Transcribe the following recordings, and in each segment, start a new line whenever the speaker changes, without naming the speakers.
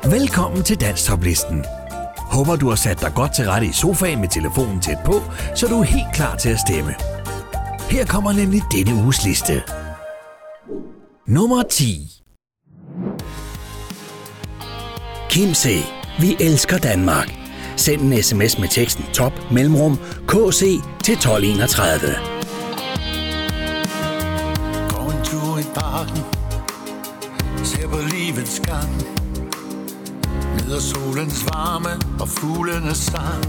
Velkommen til Danstoplisten. Håber du har sat dig godt til rette i sofaen med telefonen tæt på, så du er helt klar til at stemme. Her kommer nemlig denne uges liste. Nummer 10. Kim C. Vi elsker Danmark. Send en sms med teksten top mellemrum KC til 1231.
Gå en tur i parken, ser på livets gang, nyder solens varme og fuglenes sang.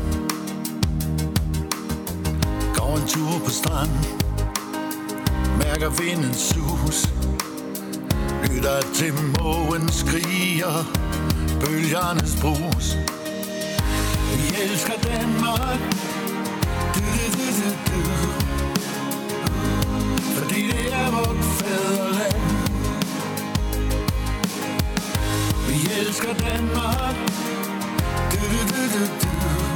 Gå en tur på stranden, mærker vindens sus, lytter til mågens skrig og bølgernes brus. Vi elsker Danmark, du, du, du, du, du. Fordi det er vort fædreland. Vi elsker Danmark, du, du, du, du, du.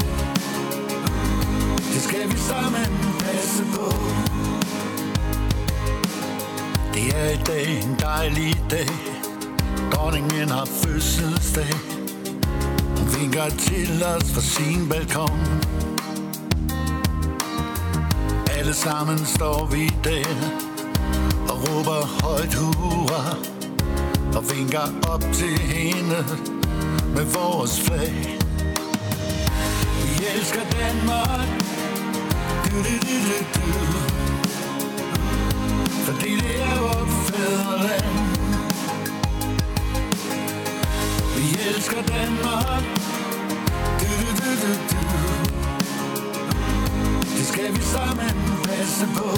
Det skal vi sammen passe på. Det er i dag en dejlig dag. Dronningen har fødselsdag. Hun vinker til os fra sin balkon. Alle sammen står vi der og råber højt hurra og vinker op til hende med vores flag. Vi elsker Danmark, du, du, du, du, du. Fordi det er vort fædreland. Vi elsker Danmark, du, du, du, du, du. Det skal vi sammen passe på.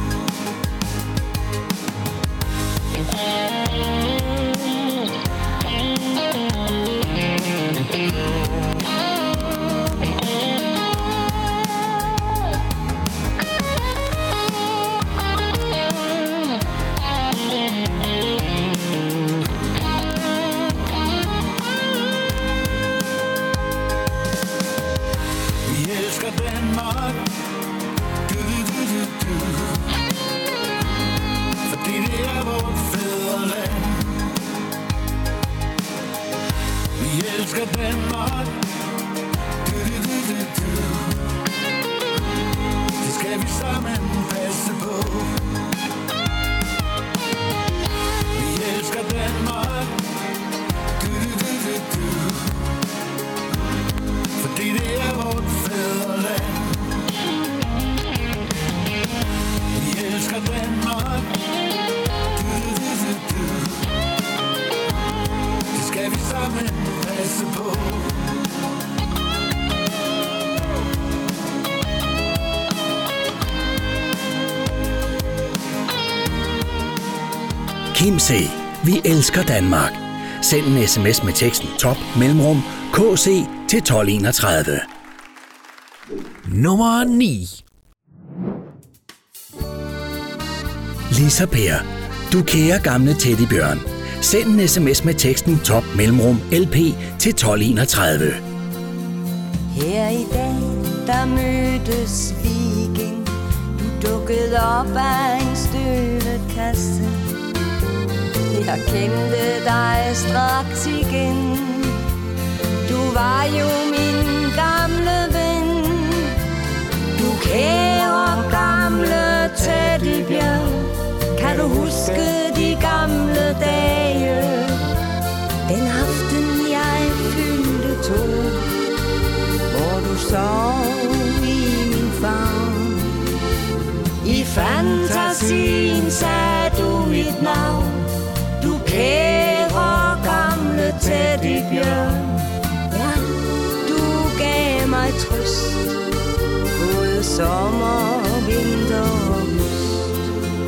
Kim C. Vi elsker Danmark. Send en sms med teksten top mellemrum KC til 1231. Nummer 9. Lisa Per. Du kære gamle teddybjørn. Send en sms med teksten top mellemrum LP til 1231.
Her i dag, der mødtes vi igen. Du dukkede op af en støvet kasse. Jeg kendte dig straks igen. Du var jo min gamle ven. Du kære gamle teddybjørn. Kan du huske de gamle dage? Den aften jeg fyldte 2, hvor du sov i min favn. I fantasien sagde du mit navn. Du kære gamle teddybjørn. Ja, du gav mig trøst, både sommer, vinter og høst.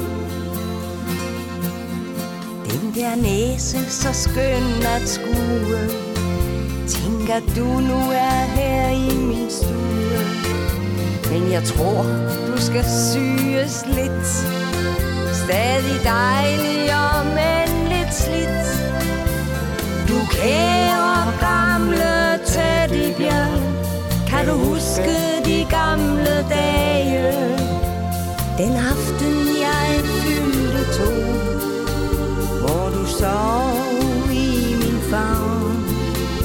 Den der næse så skøn at skue, tænker du nu er her i min stue. Men jeg tror du skal syes lidt. Stadig dejlig og men lidt slidt. Du kære gamle teddybjørn. Kan du huske de gamle dage? Den aften jeg fyldte 2, hvor du sov i min favn.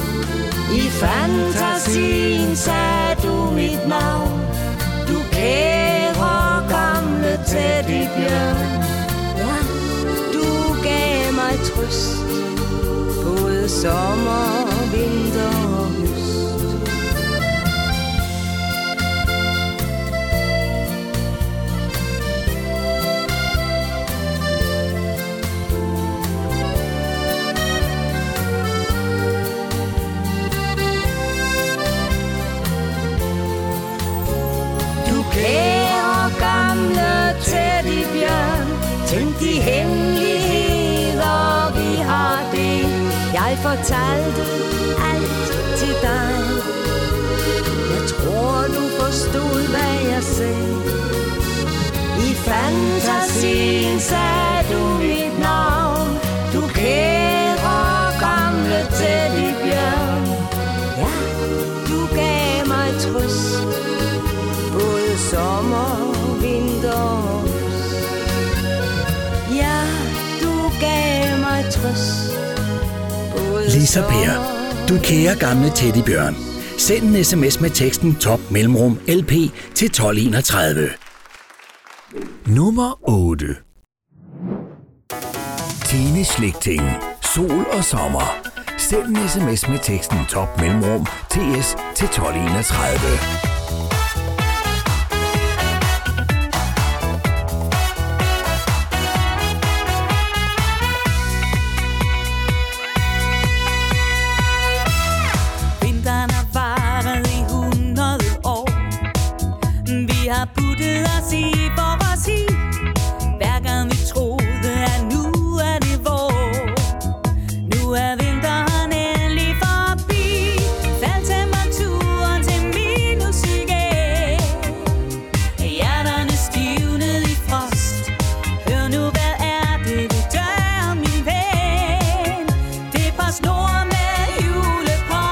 teddybjørn. Ja, du gav mig trøst, både sommer, vinter og høst. Kære gamle teddybjørn, tænk de hemmeligheder vi har delt. Jeg fortalte alt til dig. Jeg tror du forstod hvad jeg sagde. I fantasien sagde du mit navn. Du kære gamle teddybjørn. Ja, du gav mig trøst, både sommer, vinter. Ja, du gav mig trøst, både
Lisa Per, du kære gamle teddybjørn. Send en sms med teksten top mellemrum LP til 1231. Nummer 8. Tine Slægting, sol og sommer. Send en sms med teksten top mellemrum TS til 1231.
Puttet os i vores hi. Hver gang vi troede, at nu er det vår. Nu er vinteren endelig forbi. Fald temperaturen til minus igen. Hjerterne stivnede i frost. Hør nu, hvad er det, du dør, min ven? Det er på snor med julepost.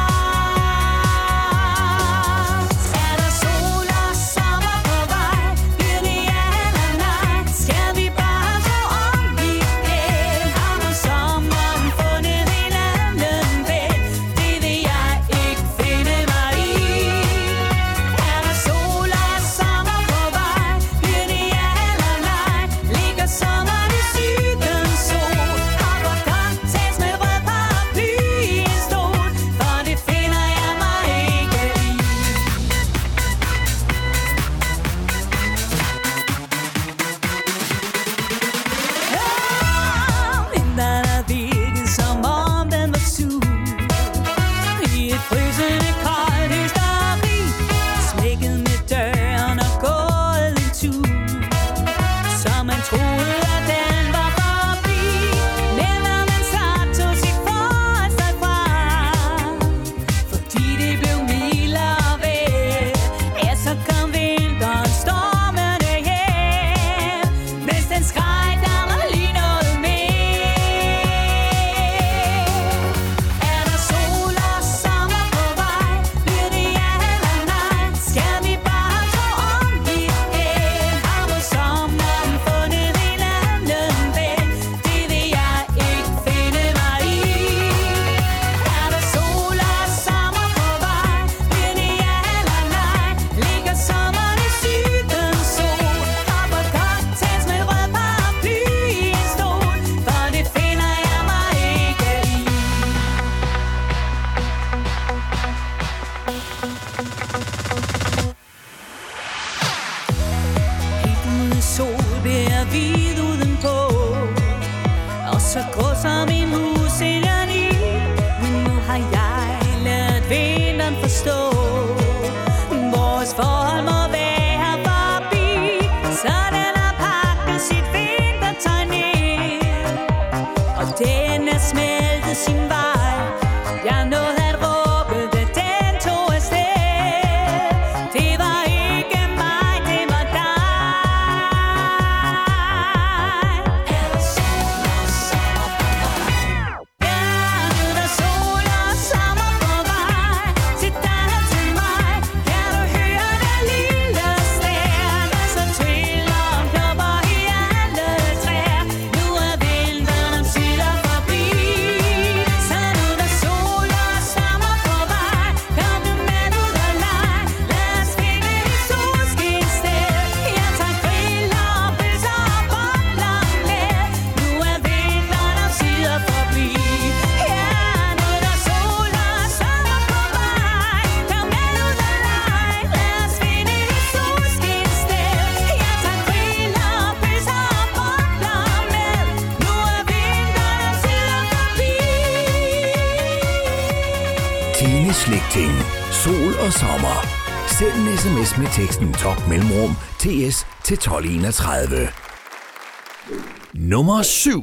Er der sol og sommer på vej? Bliver det ja eller nej? Skal vi bare gå om igen? Har man sommeren fundet en anden ven? Det vil jeg ikke finde mig i. Er der sol og sommer på vej? Bliver det ja eller nej? Ligger sommeren i sydens sol? Hopper cocktails med rød paraply i en stol? For det finder jeg mig ikke i. Vinteren er virket som om den var sur. I et frysende koldt hysteri. Smækket med døren og gået en tur. Så man troede at den var forbi. Men når man satte tog sit forholdsdag fra. Fordi det blev mildere vejr. Ja, så kom vinteren stormende hjem. Mens den skreg, der var lige noget mere. Er der sol og sommer på vej? Bliver det ja eller nej? Skal vi bare gå om igen? Har på sommeren fundet en anden ven? Det vil jeg ikke finde mig i. Er der sol og sommer på vej? Bliver det ja eller nej? Ligger sommeren i sydens sol? Hopper cocktails med rød paraply i en stol? For det finder jeg mig ikke i. Helt uden sol bliver hvid udenpå. Og så grå som en mus indeni. Men nu har jeg lært vinteren forstå. Vores forhold må være forbi. Så den har pakket sit vintertøj ned. Og den er smeltet sin vej. Jeg nåede at råbe, da den tog afsted. Det var ikke mig, det var dig. Er der sol og sommer på vej?
slægtning, sol og sommer. Send en sms med teksten top mellemrum TS til 1231. Nummer 7.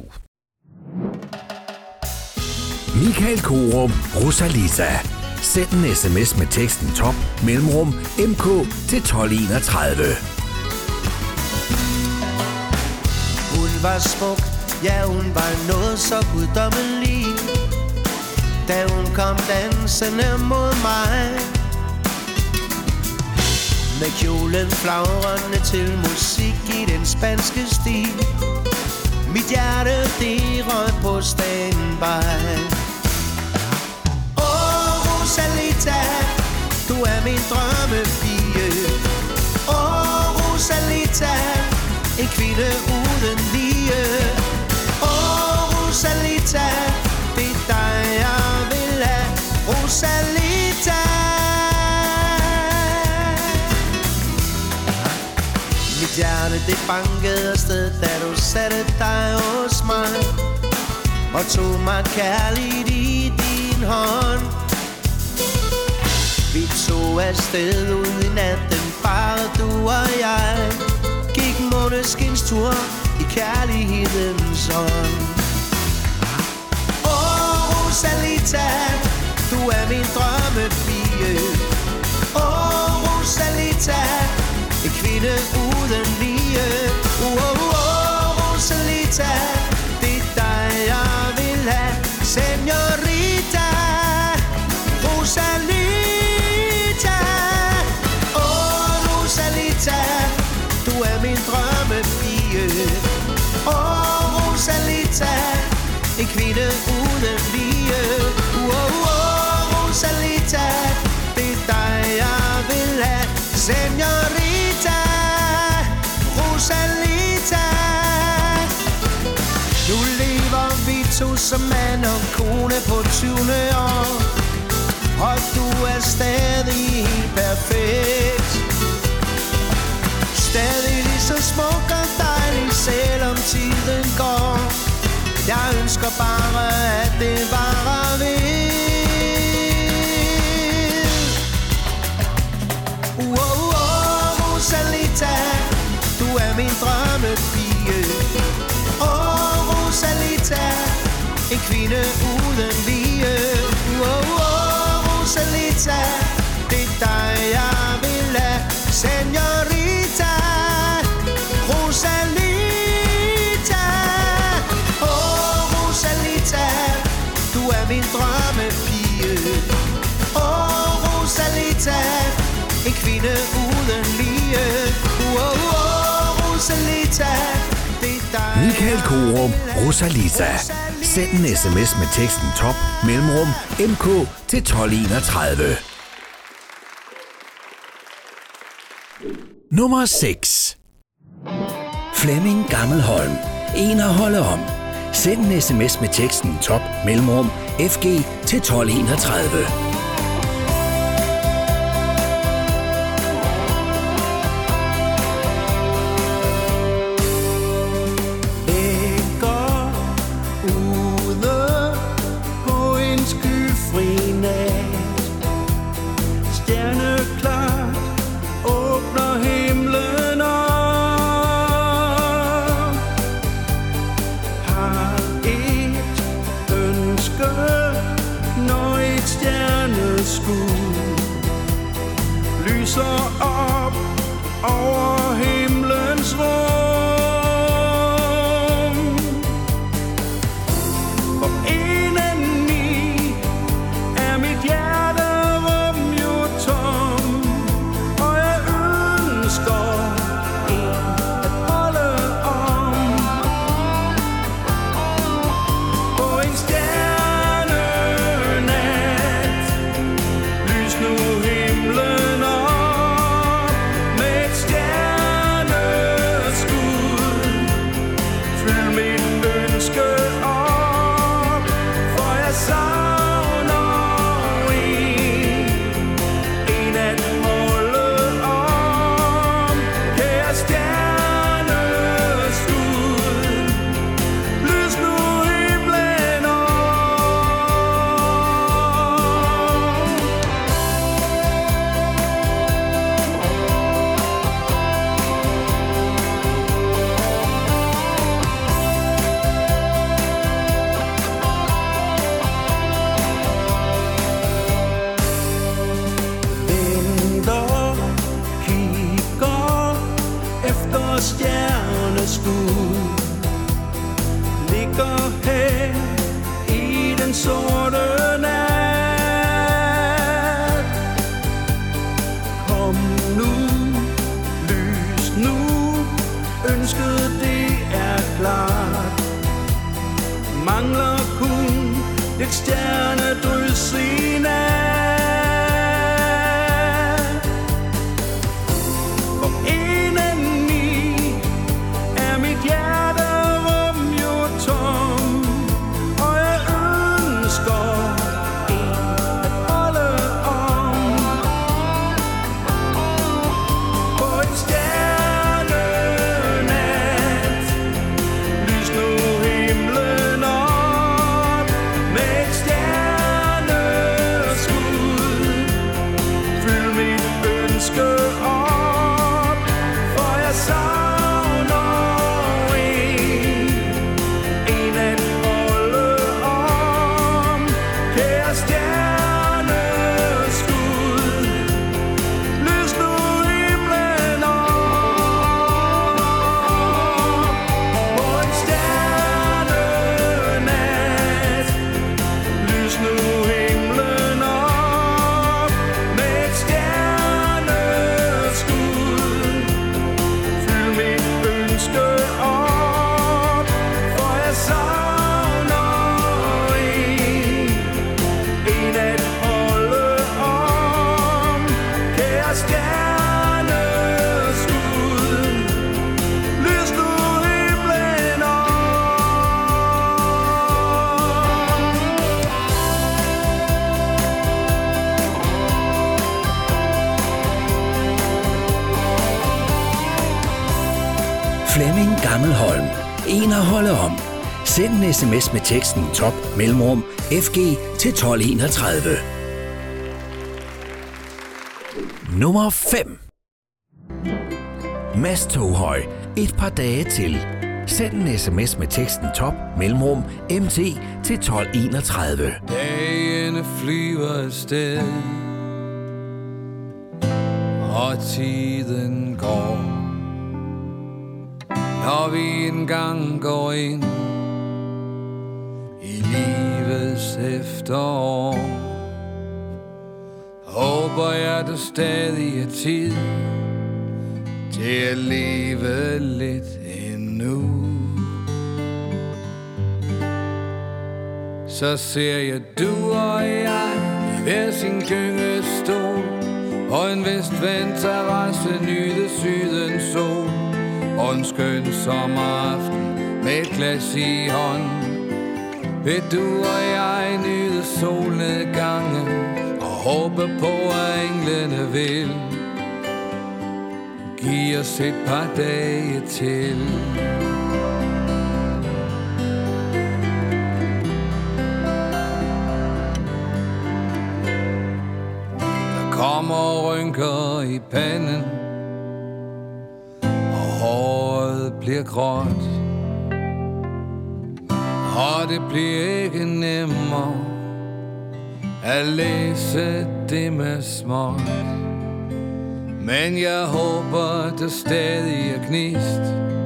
Michael Korup, Rosalita. Send en sms med teksten top mellemrum MK til 1231.
Hun var smuk, ja hun var noget så guddommelig, da hun kom dansende mod mig, med kjolen flagrende til musik i den spanske stil. Mit hjerte, det røg på standby. Åh, Rosalita, du er min drømmepige. Åh, Rosalita, en kvinde uden lige. Åh, Rosalita, det er dig, jeg vil have. Rosalita. Mit hjerte, det bankede afsted, da du satte dig hos mig og tog mig kærligt i din hånd. Vi tog afsted ud i natten, bare du og jeg, gik måneskinstur i kærlighedens ånd. Åh, Rosalita, du er min drømmepige. Åh, Rosalita, en kvinde uden lige. Rosalita, det er dig, jeg vil have. Señorita, Rosalita. Rosalita, du er min drømmepige. Rosalita, en kvinde uden lige. Rosalita, det er dig, jeg vil have. Señorita, Rosalita. Nu lever vi to som mand og kone på 20. år, og du er stadig helt perfekt. Stadig lige så smuk og dejlig, selvom tiden går. Jeg ønsker bare, at det varer ved. Rosalita, du er min drømmepige. Rosalita, en kvinde uden lige. Rosalita, det er dig, jeg vil have. Señorita, Rosalita. Rosalita, du er min drømmepige. Rosalita, en kvinde uden lige. Rosalita, det er dig.
Michael Korup, Rosalita. Send en sms med teksten top mellemrum MK til 1231. Nummer 6. Flemming Gammelholm. En at holde om. Send en sms med teksten top mellemrum FG til 1231.
Når et stjerne
ligger her i den sorte nat. Kom nu, lys nu, ønsket det er klart. Mangler kun et stjernedrys i nat. For indeni er mit hjerterum jo tom, og jeg ønsker en at holde om. På en stjernenat, lys nu himlen op med et stjerneskud. Fyld mit ønske op, for jeg savner en at holde om. Kære stjerneskud, lys nu himlen op. På en stjernenat, lys nu himlen op med et stjerneskud. Fyld mit ønske op, for jeg savner en at holde om. Kære stjerneskud, lys nu himlen op.
Flemming Gammelholm. En at holde om. Send en sms med teksten top mellemrum FG til 1231. Nummer 5. Mads Toghøj. Et par dage til. Send en sms med teksten top mellemrum MT til 1231.
Dagene flyver afsted, og tiden går. Når vi engang går ind i livets efterår, håber jeg, der stadig er tid til at leve lidt endnu. Så ser jeg du og jeg i hver sin gyngestol, og en vestvendt terrasse nyde sydens sol, og en skøn sommeraften med et glas i hånd. Vil du og jeg nyde solnedgangen og håbe på, at englene vil give os et par dage til. Der kommer rynker i panden, håret bliver gråt, og det bliver ikke nemmere at læse det med småt. Men jeg håber, der stadig er gnist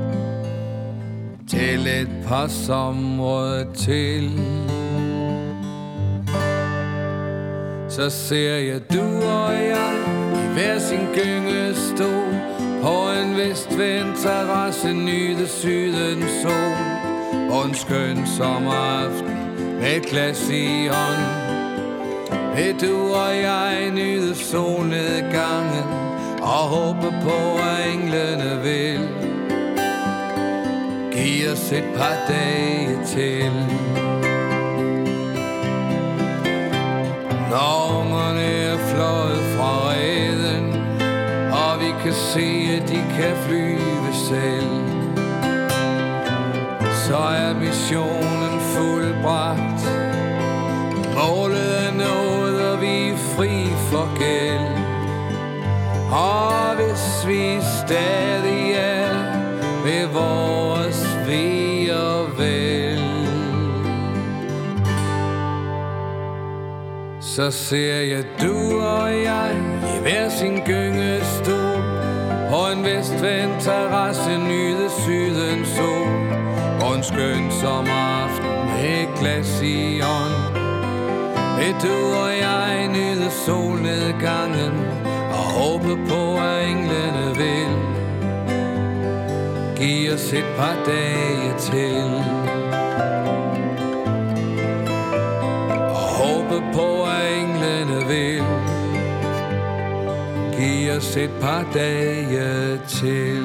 til et par somre til. Så ser jeg du og jeg i hver sin gyngestol, på en vestvendt terrasse nyde sydens sol, og en skøn sommeraften med et glas i hånd. Vil du og jeg nyde solnedgangen og håbe på, at englene vil give os et par dage til. Når ungerne er fløjet fra reden, og vi kan se, at de kan flyve selv, så er missionen fuldbragt. Målet er nået, og vi er fri for gæld. Og hvis vi stadig er ved vores ve og vel, så ser jeg du og jeg i hver sin gyngestol, på en vestvendt terrasse nyde sydens sol, og en skøn sommeraften med et glas i hånd. Vil du og jeg nyde solnedgangen og håbe på, at englene vil give os et par dage til. Og håbe på, at englene vil give os et par dage til.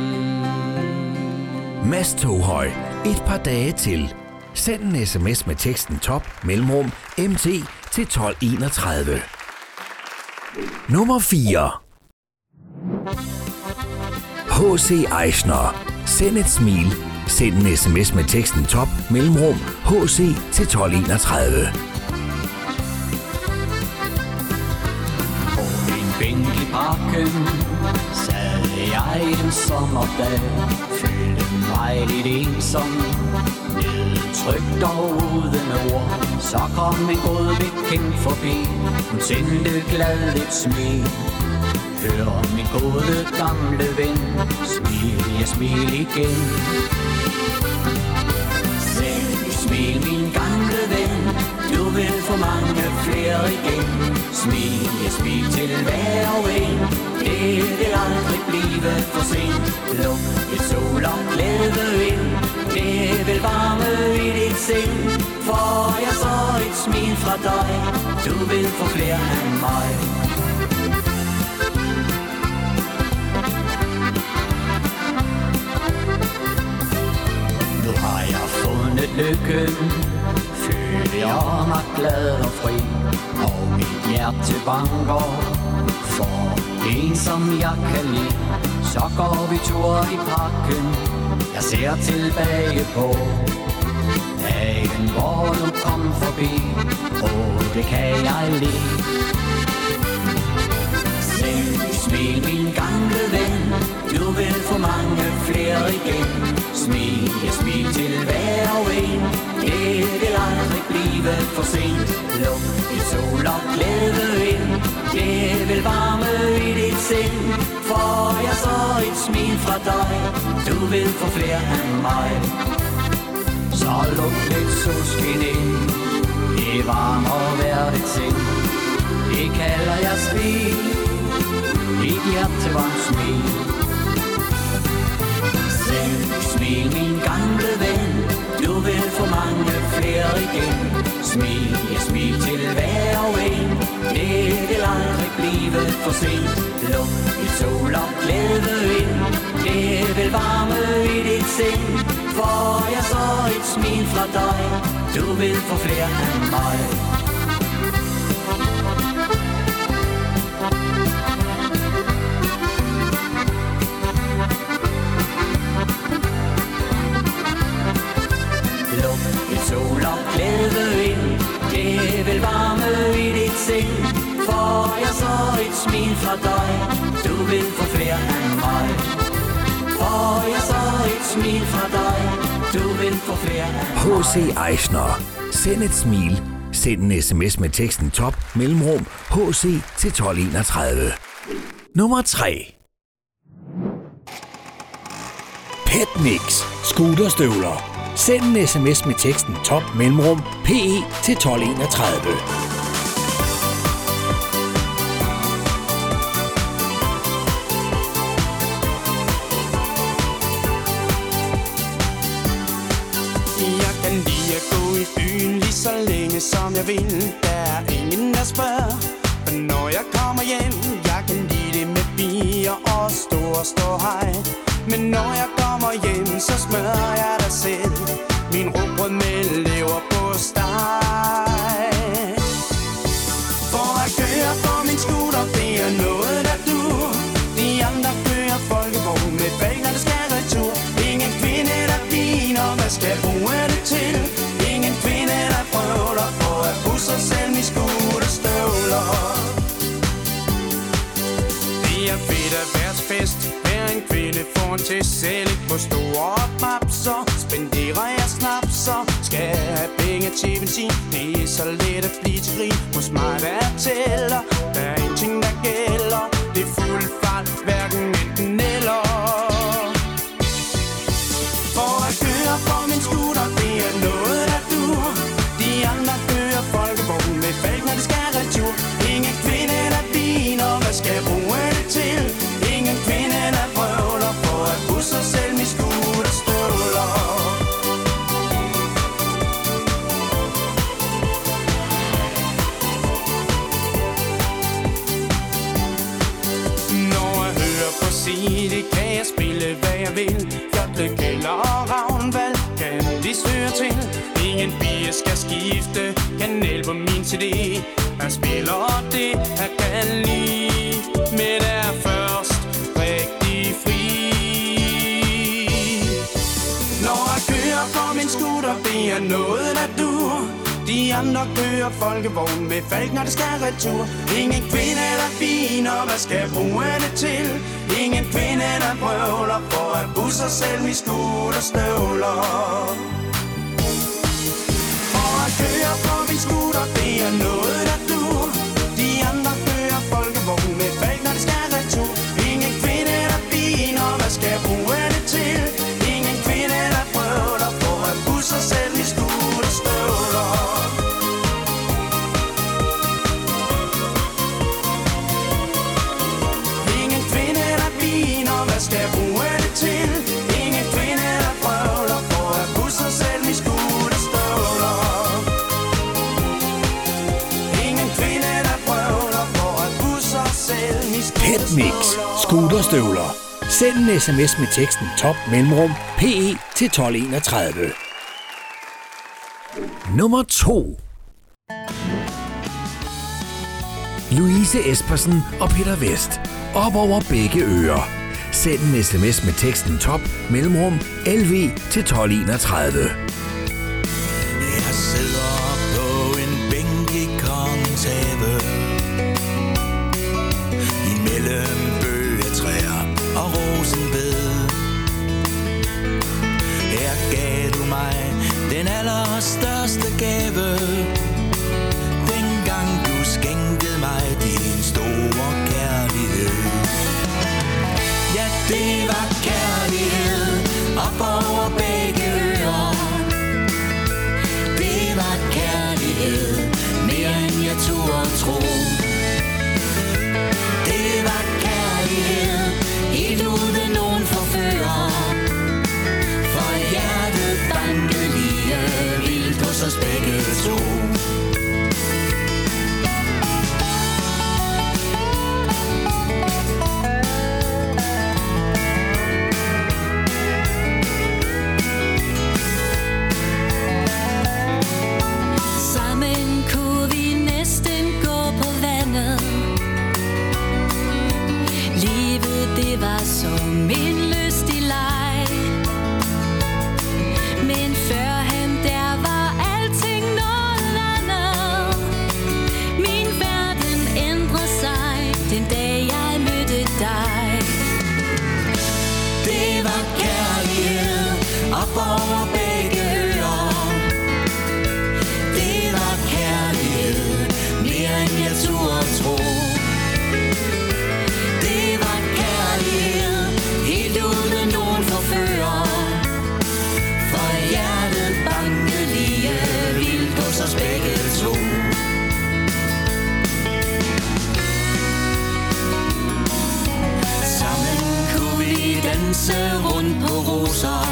Mads Toghøj, et par dage til. Send en sms med teksten top mellemrum MT til 1231. Nummer 4. H.C. Eichner. Send et smil. Send en sms med teksten top mellemrum HC til 1231.
På en bænk i parken sad jeg en sommerdag. Følte mig lidt ensom, nedtrykt og uden ord. Så kom en god bekendt forbi. Hun sendte glad et smil. Hør min gode gamle ven, smil, jeg smil igen. Selv smil min gamle ven, du vil få mange flere igen. Smil, jeg smil til hver og en, det vil aldrig blive for sent. Luk et sol og glæde ind, det vil varme i dit sind. For jeg så et smil fra dig, du vil få flere af mig. Lykken føler jeg mig glad og fri, og mit hjerte banker for en som jeg kan lide. Så går vi tur i parken, jeg ser tilbage på dagen hvor du kom forbi, og det kan jeg lide. Selv smil min gamle ven, du vil få mange flere igen. Smil, jeg smil til hver og en, det vil aldrig blive for sent. Luk et sol og glæde ind, det vil varme i dit sind. For jeg så et smil fra dig, du vil få flere af mig. Så luk lidt solskin ind, det varmer hver dit sind. Det kalder jeg smil, dit hjerte var en smil. Smil min gamle ven, du vil få mange flere igen. Smil, jeg smil til hver og en, det vil aldrig blive for sent. Luk et sol og glæde ind, det vil varme i dit sind. For jeg så et smil fra dig, du vil få flere af mig. Sol og glæde ind, det vil varme i dit sind. For jeg så et smil fra dig, du vil få flere af mig. For jeg så et smil fra dig, du vil få flere af mig.
H.C. Eichner. Send et smil. Send en sms med teksten top mellemrum HC til 1231. Nummer 3. Petmix. Scooterstøvler. Send en sms med teksten top mellemrum PE til 1231.
Jeg kan lide at gå i byen lige så længe som jeg vil. Der er ingen der spørger, for når jeg kommer hjem, jeg kan lide det med bier og stå hej. Men når jeg kommer hjem, så smører jeg dig selv min rugbrød med leverpostej. For at køre på min scooter, det er noget der du. De andre kører folkevogn med bacon, der skal retur. Ingen kvinde der viner, hvad skal bruge det til? Ingen kvinde der prøver på at pusse sig selv min scooterstøvler. Det er fedt at være til fest. En kvinde får en til selv ikke på store papser. Spenderer jeg snapser, skal jeg have penge til benzin. Det er så let at blive til grin. Hos mig der tæller, der er en ting der gælder. Det er fuld fart, hverken enten eller. For at køre på min scooter, til. Ingen pige skal skifte kanal på min CD. Jeg spiller det, jeg kan lide, men er først rigtig fri. Når jeg kører på min scooter, det er noget, der dur. De andre kører folkevogn med falk, når det skal retur. Ingen kvinde eller viner, hvad skal jeg bruge det til? Ingen kvinde der brøvler for at busse sig selv i scooterstøvler. For at køre på min scooter, det er noget, der dur. De andre kører folkevogn med falk, når det skal retur. Ingen kvinde eller viner, hvad skal jeg bruge det til? Ingen kvinde der brøvler for at busse sig selv i scooterstøvler. Hvad skal jeg bruge det til? Ingen kvinde der prøvler for at busse sig selv i scooterstøvler. Ingen kvinde der prøvler for at busse sig selv i scooterstøvler.
Petmix scooterstøvler. Send en sms med teksten top mellemrum PE til 1231. Nummer 2. Louise Espersen og Peter Vest. Op over begge ører. Send en sms med teksten top mellemrum LV til 1231.
Jeg sidder på en bænk i Kongens Have, imellem bøgetræer og rosenbed. Her gav du mig den allerstørste gave, dengang du skænkede mig din store kærlighed. Ja, det var kærlighed op over begge ører. Det var kærlighed mere end jeg turde tro. Det var kærlighed helt uden nogen forfører. For hjertet bankede lige vildt hos os begge to.
Det var som en lystig leg, men førhen der var alting noget andet. Min verden ændrede sig den dag jeg mødte dig.
Det var kærlighed op over begge ører. Det var kærlighed mere end jeg turde tro. Helt uden nogen forfører. For hjertet bankede lige vildt hos os begge to. Sammen kunne vi danse rundt på roser,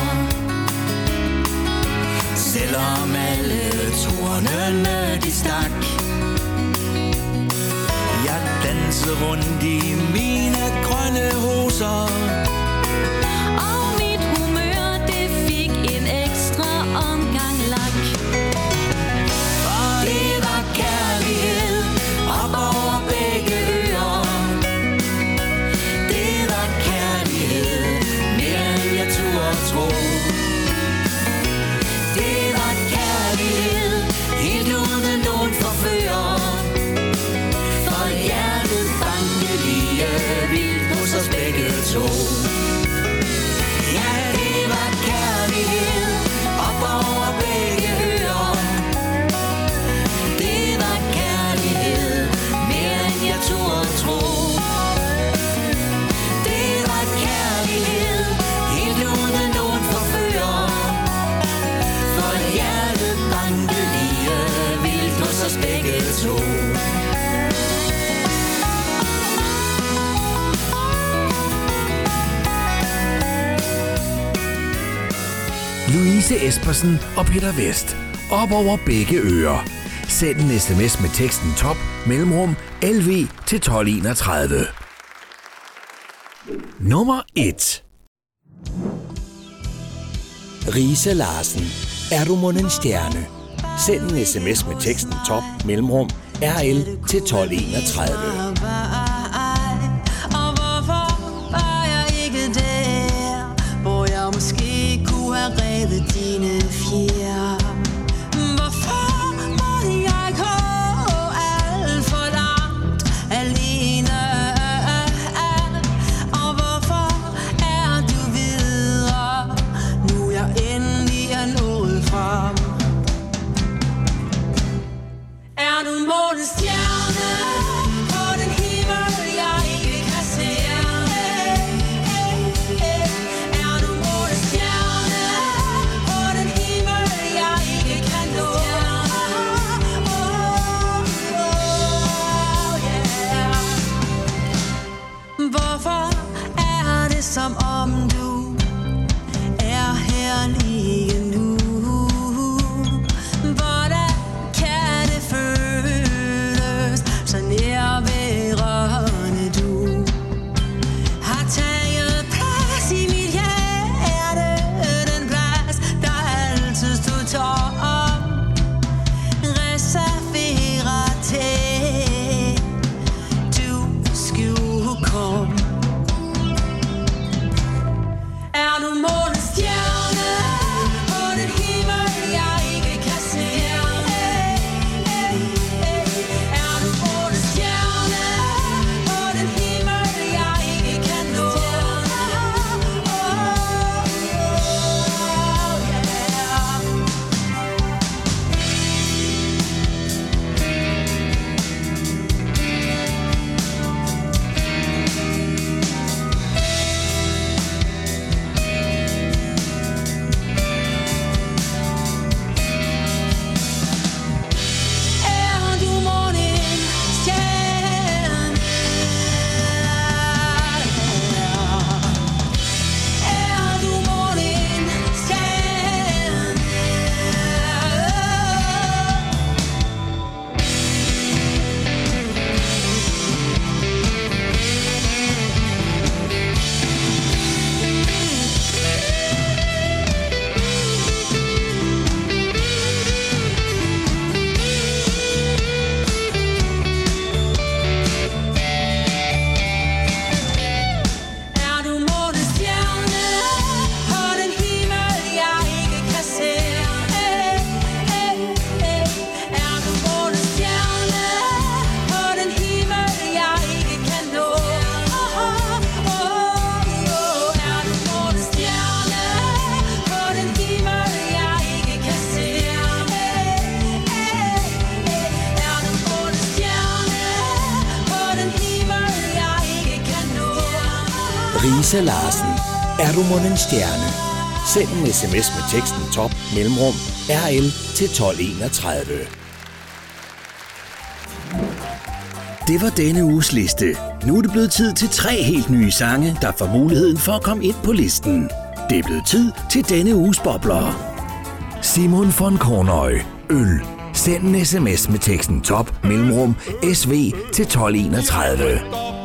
selvom alle tornene de stak. Jeg dansede rundt i mine grønne roser,
og mit humør det fik en ekstra omgang lak.
For det var kærlighed op over begge ører. Det var kærlighed mere end jeg turde tro. Det var kærlighed helt uden nogen forfører. For hjertet bankede lige vildt hos os begge to. Ja, det var kærlighed op over begge ører. Det var kærlighed mere end jeg turde tro. Det var kærlighed helt uden nogen forfører. For hjertet bankede lige vildt hos os begge to.
Louise Espersen og Peter Vest. Op over begge ører. Send en sms med teksten top mellemrum LV til 1231. Nummer 1. Riise Larsen. Er du mon en stjerne? Send en sms med teksten top mellemrum RL til 1231.
Og hvorfor var jeg ikke der, hvor jeg måske kunne have revet dine fjer? Hvorfor måtte jeg gå alt for langt alene? Og hvorfor er du videre, nu jeg endelig er nået frem? Er du månens stjerne på den himmel, jeg ikke kan se? Er du månens stjerne på den himmel, jeg ikke kan nå? Hvorfor er det som om du er her lige nu? Hvordan kan det føles så nærværende? Du har taget plads i mit hjerte, den plads, der altid stod tom, reserveret til du skulle komme. Er du månens stjerne på den himmel, jeg ikke kan se? Er du månens stjerne på den himmel, jeg ikke kan nå? Er du månens stjerne? Er du månens stjerne? Er du månens stjerne på den himmel, jeg ikke kan se? Er du månens stjerne på den himmel, jeg ikke kan nå? Er du månens stjerne på den himmel, jeg ikke kan se? Er du månens stjerne på den himmel, jeg ikke kan nå?
Risa Larsen. Er du mon en stjerne? Send en sms med teksten top mellemrum RL til 1231. Det var denne uges liste. Nu er det blevet tid til 3 helt nye sange, der får muligheden for at komme ind på listen. Det er blevet tid til denne uges bobler. Simon von Kornøj. Øl. Send en sms med teksten top mellemrum SV til 1231.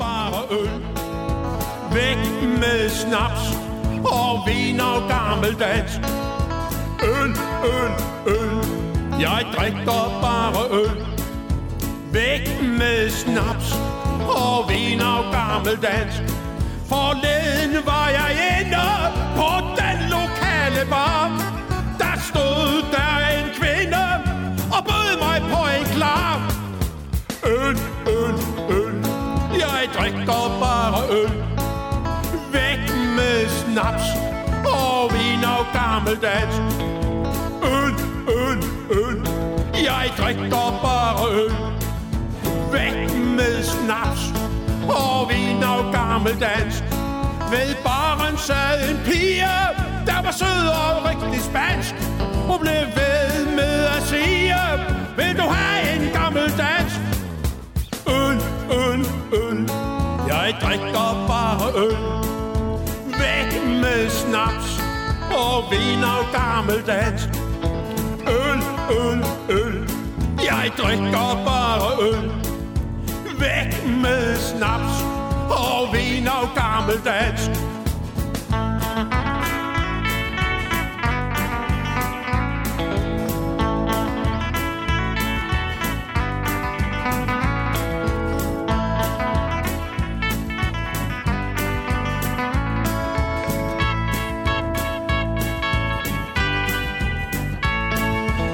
Væk med snaps og vin og gammeldansk. Øl, øl, øl. Jeg drikker bare øl. Væk med snaps og vin og gammeldansk. Forleden var jeg inde på den lokale bar. Der stod der en kvinde og bød mig på en klar. Øl, øl, øl. Jeg drikker bare øl. Væk med snaps og vin og gammeldansk. Øl, øl, øl. Jeg drikker bare øl. Væk med snaps og vin og gammeldansk. Ved baren sad en pige, der var sød og rigtig spansk. Hun blev ved med at sige: vil du have en gammeldansk? Øl, øl, øl. Jeg drikker bare øl. Væk med snaps og vin og gammeldansk. Øl, øl, øl. Jeg drikker bare øl. Væk med snaps og vin og gammeldansk.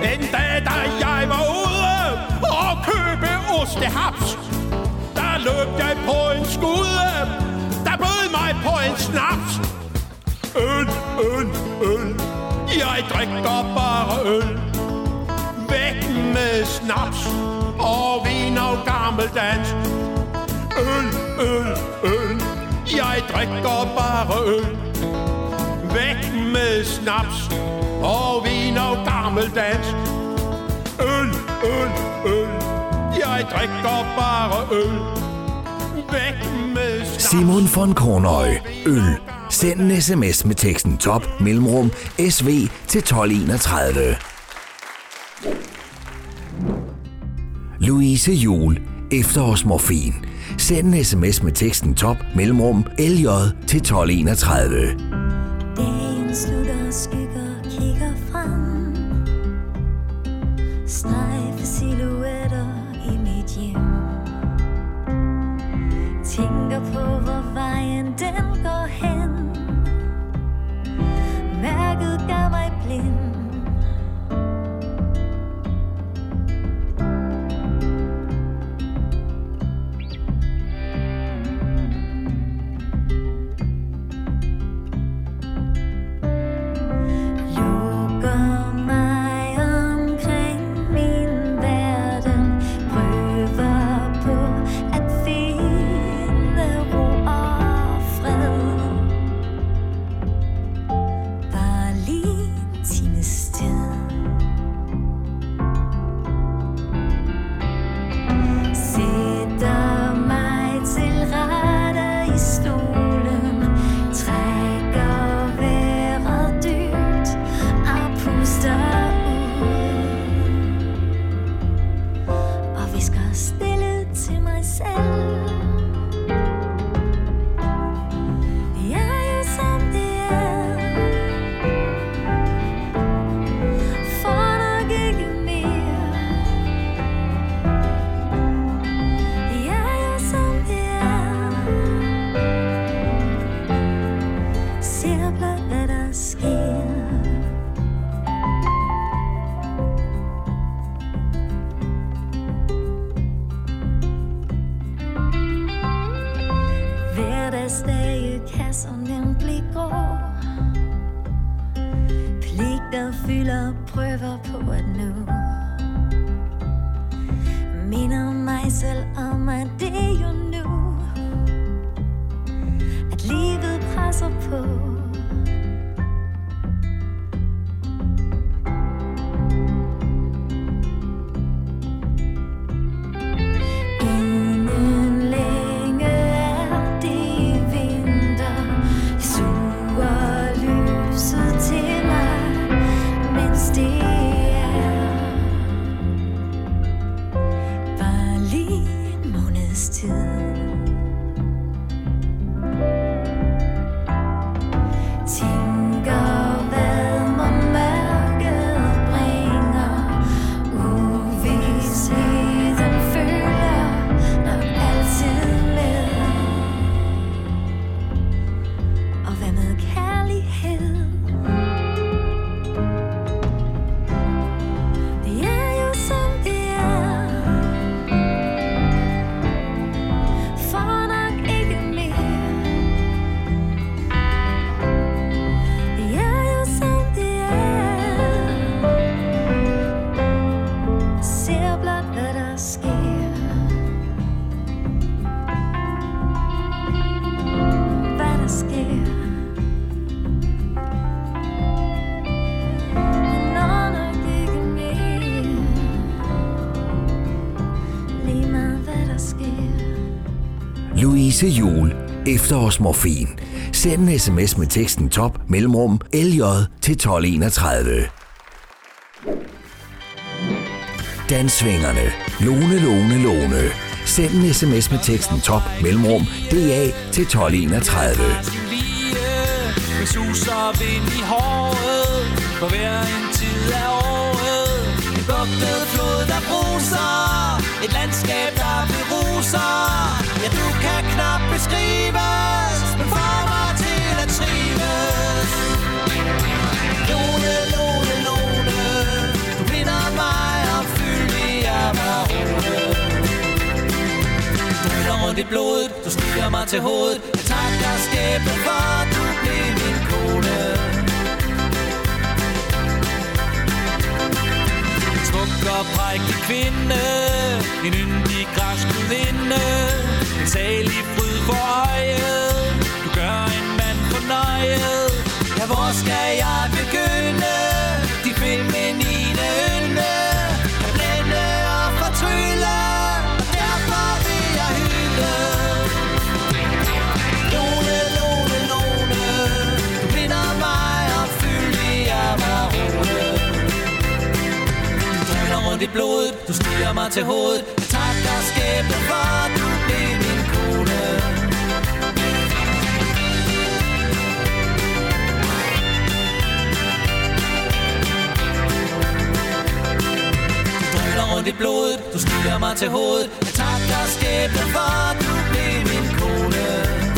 En dag, da jeg var ude og købe ostehaps, der løb jeg på en skude, der bød mig på en snaps. Øl, øl, øl, jeg drikker bare øl. Væk med snaps og vin og gammeldansk. Øl, øl, øl, jeg drikker bare øl. Væk med snaps og vin og gammeldansk. Øl, øl, øl, jeg drikker bare øl. Væk med snaps.
Simon von Kornøj, øl. Send en sms med teksten top mellemrum SV til 1231. Louise Juhl, efterårsmorfin. Send en sms med teksten top mellemrum LJ til 1231.
Dagen slutter, skygger kigger frem. Strejfe silhuetter i mit hjem. Tænker på, hvor vejen den går hen. Mærket gør mig blind. Hverdagsdage kan så nemt blive grå. Pligter fylder prøver på at nå. Minder mig selv om, at det er jo nu, at livet presser på.
Louise Juhl, efterårsmorfin. Send en sms med teksten top mellemrum LJ til 1231. Dansvingerne. Lone, Lone, Lone. Send en sms med teksten top mellemrum DA til 1231.
Med sus og vind i håret, for hver en tid af året. En bugtet flod, der bruser, et landskab, der beruser. Ja, du kan knap beskrives, men får mig til at trives. Lone, Lone, Lone, du vinder rundt i blodet, du stiger mig til hovedet. Jeg takker skæbnen for, at du blev min kone. En smuk og prægtig kvinde, en yndig græsk gudinde, en salig fryd for øjet, du gør en mand fornøjet. Ja, hvor skal jeg begynde? De feminine ynde er blænde og fortrylle, og derfor vil jeg hylde. Lone, Lone, Lone, du binder mig og fyldig af marone. Du drøner rundt i blodet, du stiger mig til hovedet. Jeg takker skæbnen for, at du blev min kone. Rundt i blodet, du stiger mig til hovedet. Jeg takker skæbnen for, at du blev min kone.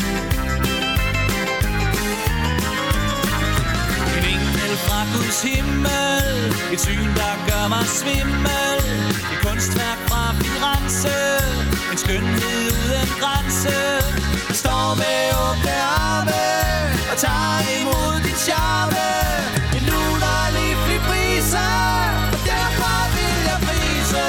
En engel fra Guds himmel, et syn, der gør mig svimmel. Et kunstværk fra Firenze, en skønhed uden grænse. Jeg står med åbne arme og tager imod dit charme. En lunerlig flibrise, og derfor vil jeg prise.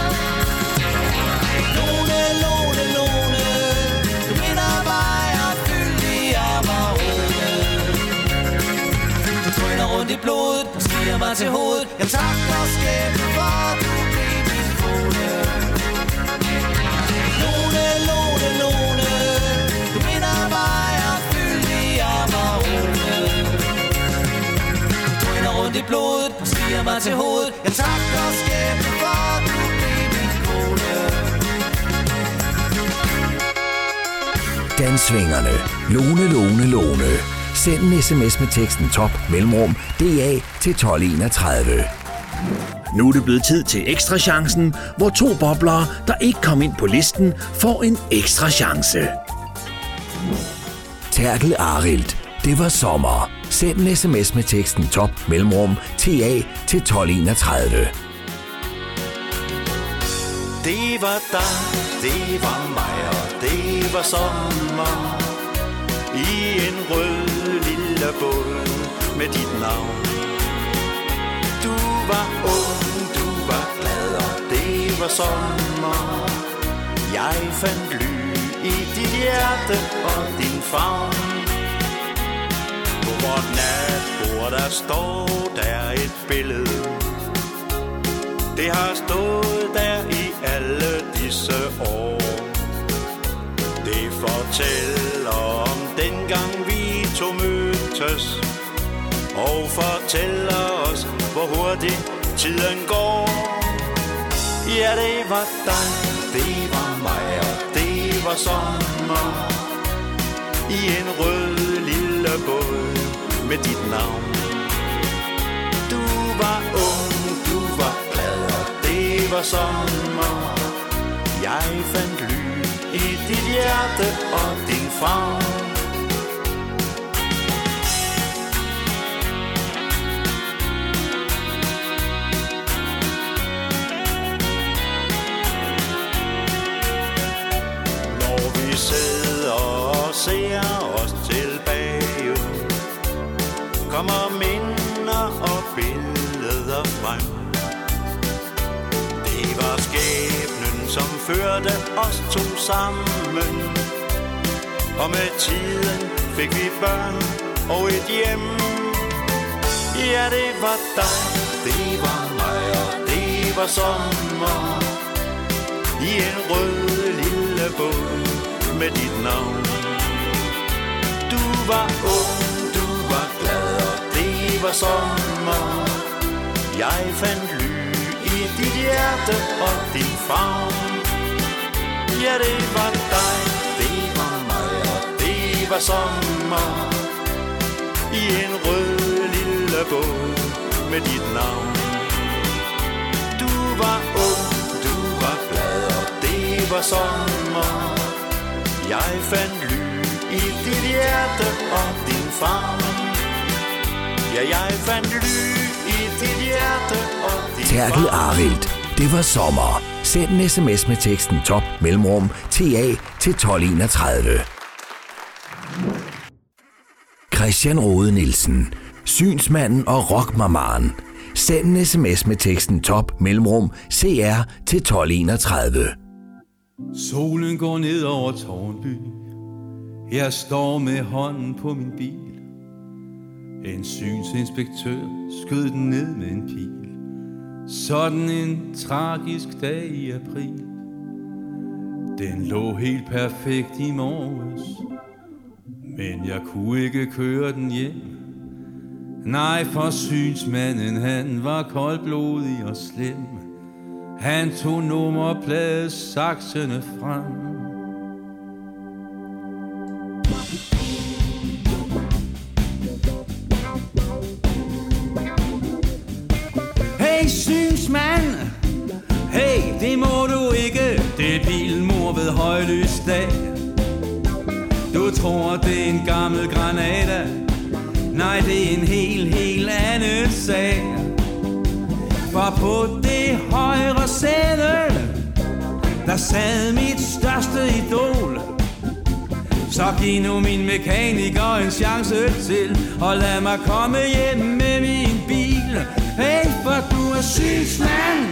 Lone, Lone, Lone, du minder mig og fyldig af marone. Du drøner rundt i blodet og stiger mig til hovedet. Jeg takker skæbnen for, at du blev min kone. Lone, Lone, Lone, du minder mig og fyldig af marone. Du drøner rundt i blodet og stiger mig til hovedet. Jeg takker skæbnen for, at du blev min kone.
Dansvingerne. Lone, Lone, Lone. Send en sms med teksten top mellemrum DA til 1231. Nu er det blevet tid til ekstra chancen, hvor 2 boblere, der ikke kom ind på listen, får en ekstra chance. Terkel Arild. Det var sommer. Send en sms med teksten top mellemrum TA til 1231.
Det var dig, det var mig, og det var sommer. I en rød lille båd med dit navn. Du var ung, du var glad, og det var sommer. Jeg fandt ly i dit hjerte og din favn. På vort natbord der står der et billede. Det har stået der i alle disse år. Det fortæller om dengang vi to mødtes, og fortæller os, hvor hurtigt tiden går. Ja, det var dig, det var mig, og det var sommer. I en rød lille båd med dit navn. Du var ung, du var glad, og det var sommer. Jeg fandt ly i dit hjerte og din favn. Når vi sidder og ser os tilbage, kommer minder og billeder frem. Det var skæbnen, som førte os to sammen, og med tiden fik vi børn og et hjem. Ja, det var dig, det var mig, og det var sommer. I en rød lille båd med dit navn. Du var ung, du var glad, og det var sommer. Jeg fandt ly i dit hjerte og din favn. Ja, det var dig, det var mig, og det var sommer. I en rød lille båd med dit navn. Du var ung, du var glad, og det var sommer. Jeg fandt ly i dit hjerte og din favn. Ja, jeg fandt ly i dit hjerte og din favn.
Terkel Arild. Det var sommer. Send en sms med teksten top mellemrum TA til 1231. Christian Rode Nielsen, Synsmanden og Rockmamaren. Send en sms med teksten top mellemrum CR til 1231.
Solen går ned over Tårnby. Jeg står med hånden på min bil. En synsinspektør skød den ned med en pil. Sådan en tragisk dag i april. Den lå helt perfekt i morges, men jeg kunne ikke køre den hjem. Nej, for synsmanden han var koldblodig og slem. Han tog nummerpladesaksene frem.
Hey synsmand, hey det må du ikke. Det er bilen mor ved højlysdag. Du tror det er en gammel Granada. Nej, det er en helt anden sag. For på det højre sæde, der sad mit største idol. Så giv nu min mekaniker en chance til, og lad mig komme hjem med min bil. Hey, for du er synsmand,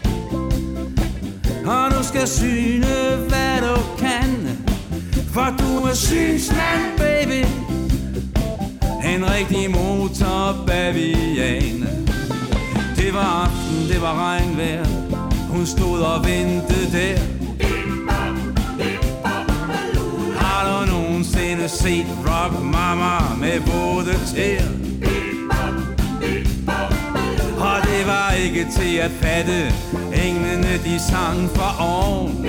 og du skal syne hvad du kan. For du er synsmand, baby. En rigtig motorbavian. Det var aften, det var regnvejr. Hun stod og ventede der. Har du nogensinde set Rock Mama med våde tæer? Og det var ikke til at fatte. Englene de sang for oven.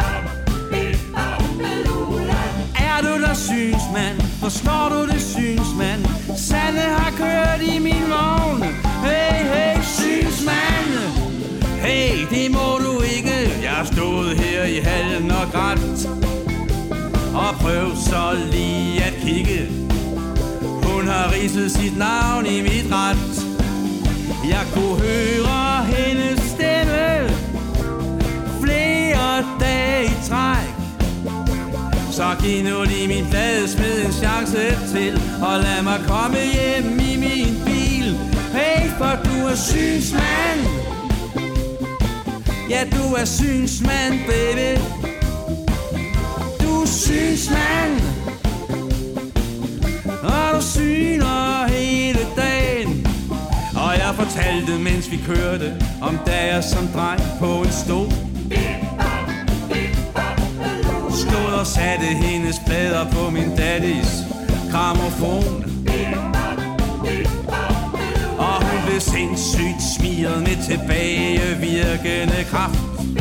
Er du der synsmand? Forstår du det synsmand? Sande har kørt i min vogn. Hey, hey, synsmand. Hey, det må du ikke. Jeg har stået her i hallen og grædt og prøv så lige at kigge. Hun har ridset sit navn i mit ret. Jeg kunne høre hendes stemme flere dage i træk. Så giv nu lige min pladesmed en chance til, og lad mig komme hjem i min bil. Hey, for du er synsmand. Ja, du er synsmand, baby. Du er synsmand, og du syner hele dagen. Og jeg fortalte, mens vi kørte, om da jeg som dreng på en stol stod og satte hendes plader på min daddys grammofon. Og hun blev sindssygt smiret med tilbagevirkende kraft.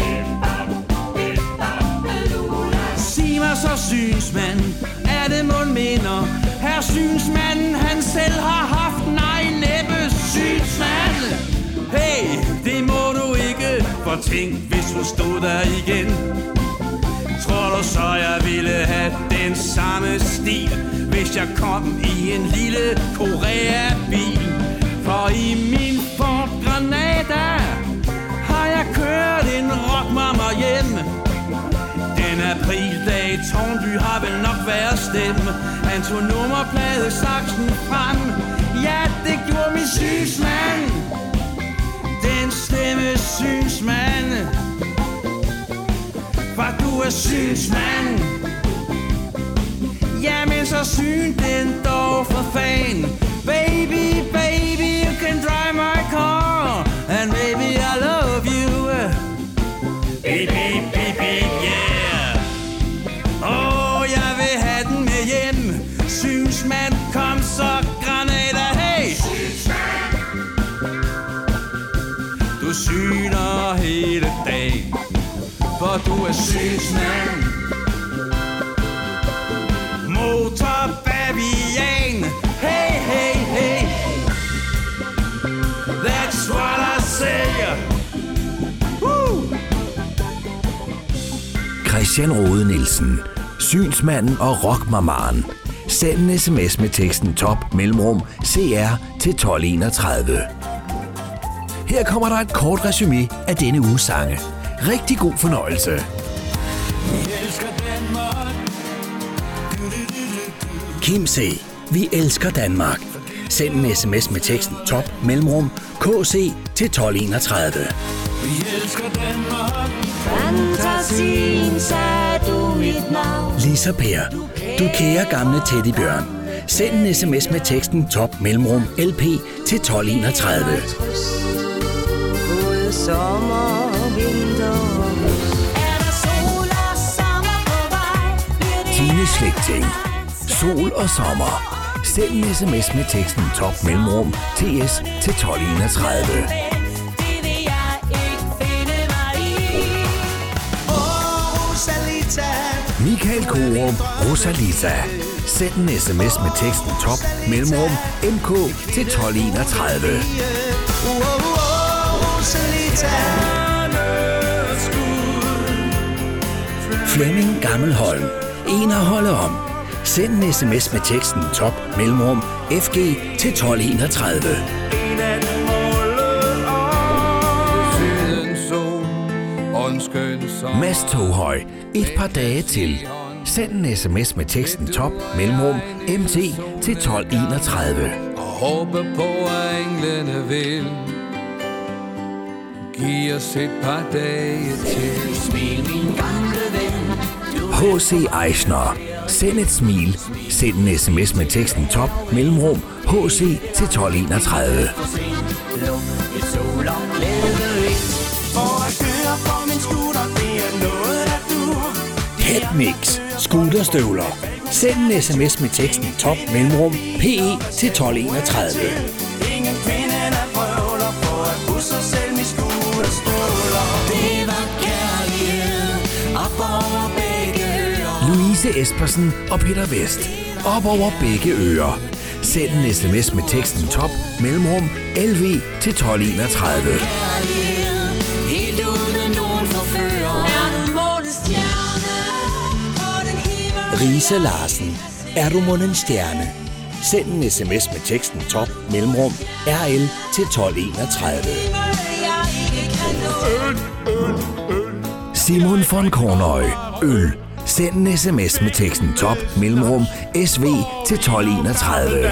Sig mig så, synsmand, er det mon minder? Herr synsmanden, han selv har haft? Nej, næppe, synsmand. Hey, det må du ikke. For tænk, hvis hun stod der igen. Tror du så, jeg ville have den samme stil, hvis jeg kom i en lille Korea-bil? For i min Ford Granada har jeg kørt en rockmama hjem. Den aprildag i Tårnby har vel nok været stemme. Han tog nummerpladesaksen frem. Ja, det gjorde min synsmand. Den stemme synsmand. For du er synsmand. Jamen så syn den dog for fan. Baby, baby, you can drive my car. And baby, I love you. Beep, beep, beep, beep, yeah. Åh, jeg vil have den med hjem. Synsmand, kom så, Granada, hey. Du syner hele dagen, for du er synsmand. Motorbavian. Hey, hey, hey. That's what I say. Woo!
Christian Rode Nielsen, Synsmanden og Rockmamaren. Send en sms med teksten top mellemrum CR til 1231. Her kommer der et kort resumé af denne uges sange. Rigtig god fornøjelse.
Kim C. Vi elsker Danmark. Send en sms med teksten top mellemrum KC til 1231.
Vi elsker Danmark. Fantasien sagde du mit navn.
Lisa Per. Du kære gamle teddybjørn. Send en sms med teksten top mellemrum LP til 1231.
Både sommer og vinter. Er der sol og sommer på vej?
Tine Slægting. Sol og sommer. Send en sms med teksten top mellemrum TS til 1231. Michael Korum, Rosalita. Send en sms med teksten top mellemrum MK til 1231.
Flemming Gammelholm. En at holde om. Send en sms med teksten top mellemrum FG til 1231.
Mads Toghøj. Et par dage til. Send en sms med teksten top mellemrum MT til 1231.
Og håber på, at englene vil give os et par dage til.
Smil, min gamle ven.
H.C. Eisner. Send et smil. Send en sms med teksten top mellemrum HC til 1231.
Luk et sol og glæde ind. For at køre på min scooter, det er noget, der du.
Headmix. Scooterstøvler. Send en sms med teksten top mellemrum PE til 1231.
Ingen kvinde, der prøver på at pusse sig selv med scooterstøvler. Det var kærlighed op over begge ører.
Louise Espersen og Peter Vest. Op over begge ører. Send en sms med teksten top mellemrum LV til 1231.
Helt uden nogen forfører. Er du månens stjerne på den himmel?
Rise Larsen. Er du mon en stjerne? Send en sms med teksten top mellemrum RL til 1231.
Simon von Kornøj. Øl. Send en sms med teksten top mellemrum SV til 1231.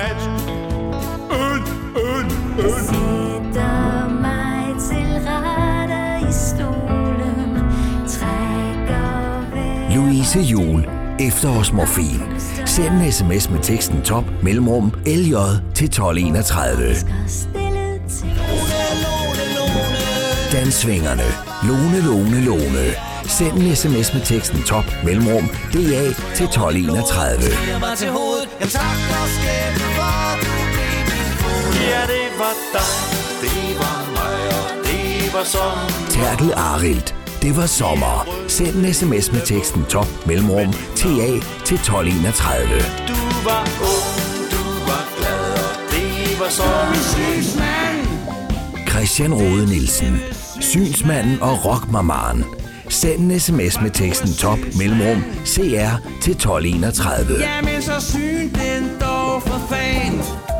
Sætter mig til rette i stolen, trækker væk.
Louise Jul. Efterårsmorfin. Send en sms med teksten top mellemrum LJ til 1231. Dansvingerne. Lone. Send en sms med teksten top mellemrum DA til 1231.
Ja, det var dig, det var mig, og det var sommer.
Terkel Arild. Det var sommer. Send en sms med teksten top mellemrum TA til 1231.
Du var ung, du var glad, og det var sommer.
Christian Rode Nielsen. Synsmanden og rockmamaren. Send en sms med teksten top mellemrum CR til 1231.
Jamen så syn den dog for fan.